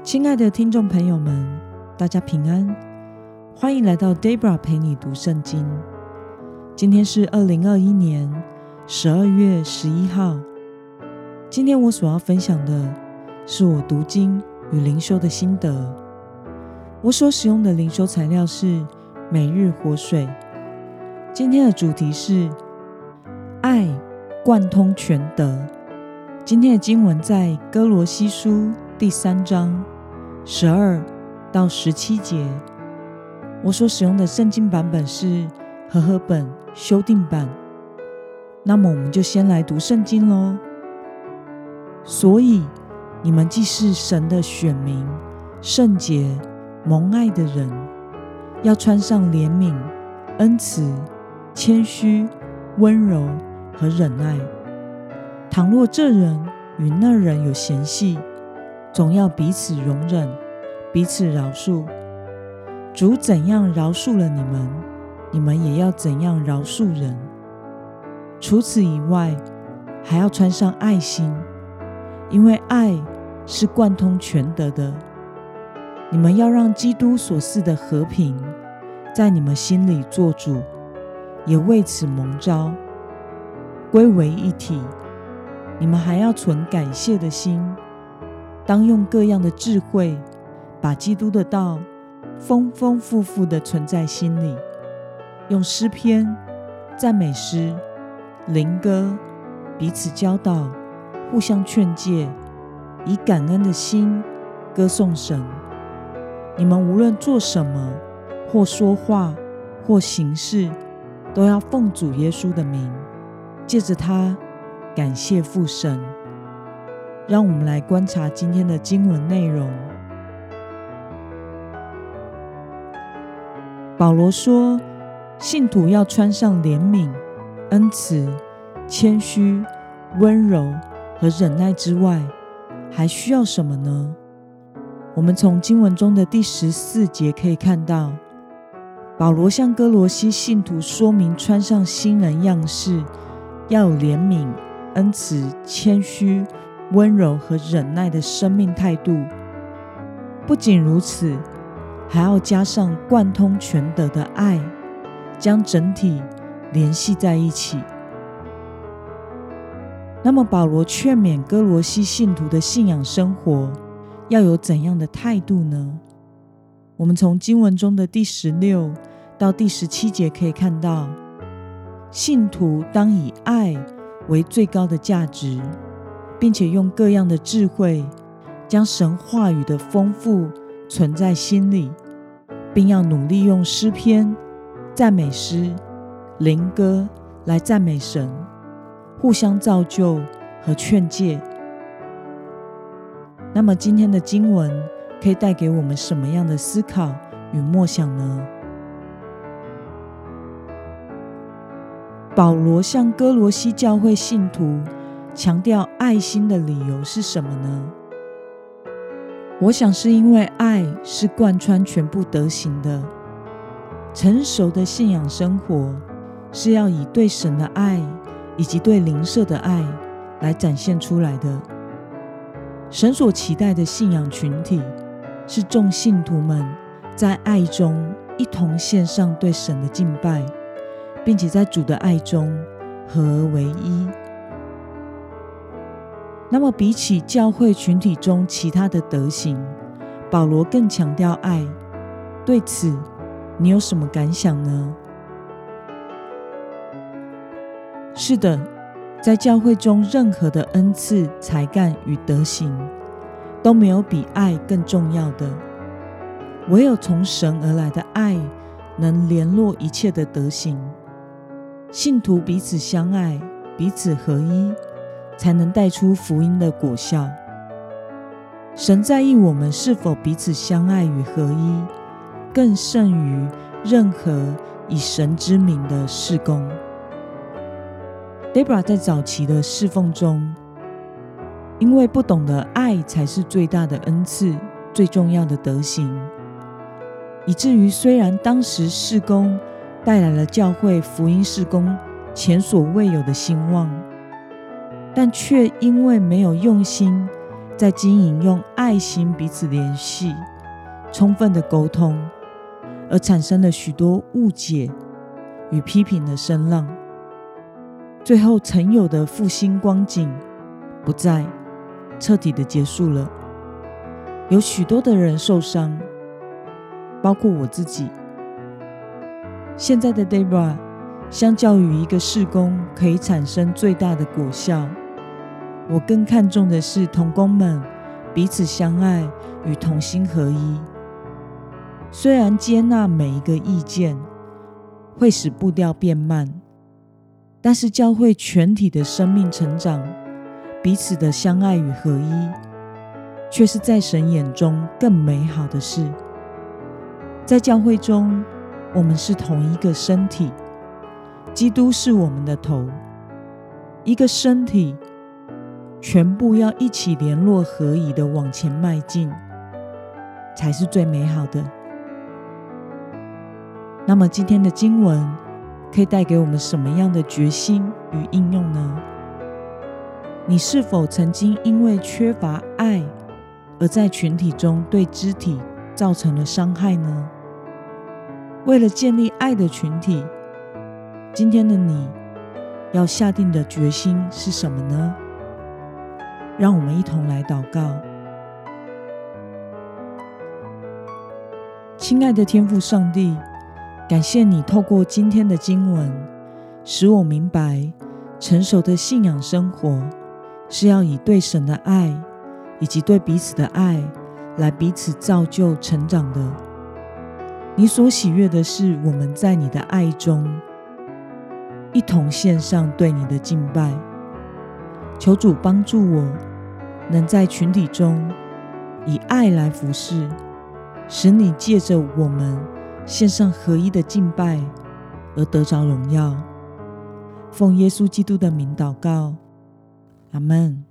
亲爱的听众朋友们，大家平安，欢迎来到 Debra 陪你读圣经。今天是2021年12月11号。今天我所要分享的是我读经与灵修的心得。我所使用的灵修材料是每日活水。今天的主题是爱贯通全德。今天的经文在哥罗西书第3章12到17节。我所使用的圣经版本是和合本修订版。那么我们就先来读圣经咯。所以你们既是神的选民，圣洁蒙爱的人，要穿上怜悯、恩慈、谦虚、温柔和忍耐。倘若这人与那人有嫌隙，总要彼此容忍，彼此饶恕。主怎样饶恕了你们，你们也要怎样饶恕人。除此以外，还要穿上爱心，因为爱是贯通全德的。你们要让基督所赐的和平在你们心里做主，也为此蒙召，归为一体。你们还要存感谢的心，当用各样的智慧，把基督的道丰丰富富地存在心里，用诗篇、赞美诗、灵歌彼此教导，互相劝诫，以感恩的心歌颂神。你们无论做什么，或说话，或行事，都要奉主耶稣的名，借着他感谢父神。让我们来观察今天的经文内容。保罗说，信徒要穿上怜悯、恩慈、谦虚、温柔和忍耐之外，还需要什么呢？我们从经文中的第14节可以看到，保罗向哥罗西信徒说明穿上新人样式，要有怜悯、恩慈、谦虚、温柔和忍耐的生命态度。不仅如此，还要加上贯通全德的爱，将整体联系在一起。那么保罗劝勉哥罗西信徒的信仰生活要有怎样的态度呢？我们从经文中的第16到第17节可以看到，信徒当以爱为最高的价值，并且用各样的智慧，将神话语的丰富存在心里，并要努力用诗篇、赞美诗、灵歌来赞美神，互相造就和劝诫。那么今天的经文可以带给我们什么样的思考与默想呢？保罗向哥罗西教会信徒强调爱心的理由是什么呢？我想是因为爱是贯穿全部德行的。成熟的信仰生活是要以对神的爱以及对邻舍的爱来展现出来的。神所期待的信仰群体是众信徒们在爱中一同献上对神的敬拜，并且在主的爱中合而为一。那么比起教会群体中其他的德行，保罗更强调爱。对此，你有什么感想呢？是的，在教会中任何的恩赐、才干与德行，都没有比爱更重要的。唯有从神而来的爱，能联络一切的德行。信徒彼此相爱，彼此合一，才能带出福音的果效。神在意我们是否彼此相爱与合一，更胜于任何以神之名的事工。Debra 在早期的侍奉中，因为不懂得爱才是最大的恩赐，最重要的德行，以至于虽然当时事工带来了教会福音事工前所未有的兴旺，但却因为没有用心在经营用爱爱心彼此联系，充分的沟通，而产生了许多误解与批评的声浪。最后曾有的复兴光景不再，彻底的结束了。有许多的人受伤，包括我自己。现在的 Deborah 相较于一个事工可以产生最大的果效，我更看重的是同工们彼此相爱与同心合一。虽然接纳每一个意见会使步调变慢，但是教会全体的生命成长，彼此的相爱与合一，却是在神眼中更美好的事。在教会中，我们是同一个身体，基督是我们的头。一个身体全部要一起联络合一的往前迈进，才是最美好的。那么今天的经文可以带给我们什么样的决心与应用呢？你是否曾经因为缺乏爱而在群体中对肢体造成了伤害呢？为了建立爱的群体，今天的你要下定的决心是什么呢？让我们一同来祷告。亲爱的天父上帝，感谢你透过今天的经文，使我明白成熟的信仰生活是要以对神的爱以及对彼此的爱来彼此造就成长的。你所喜悦的是我们在你的爱中一同献上对你的敬拜。求主帮助我能在群体中以爱来服侍，使你借着我们献上合一的敬拜而得着荣耀。奉耶稣基督的名祷告，阿们。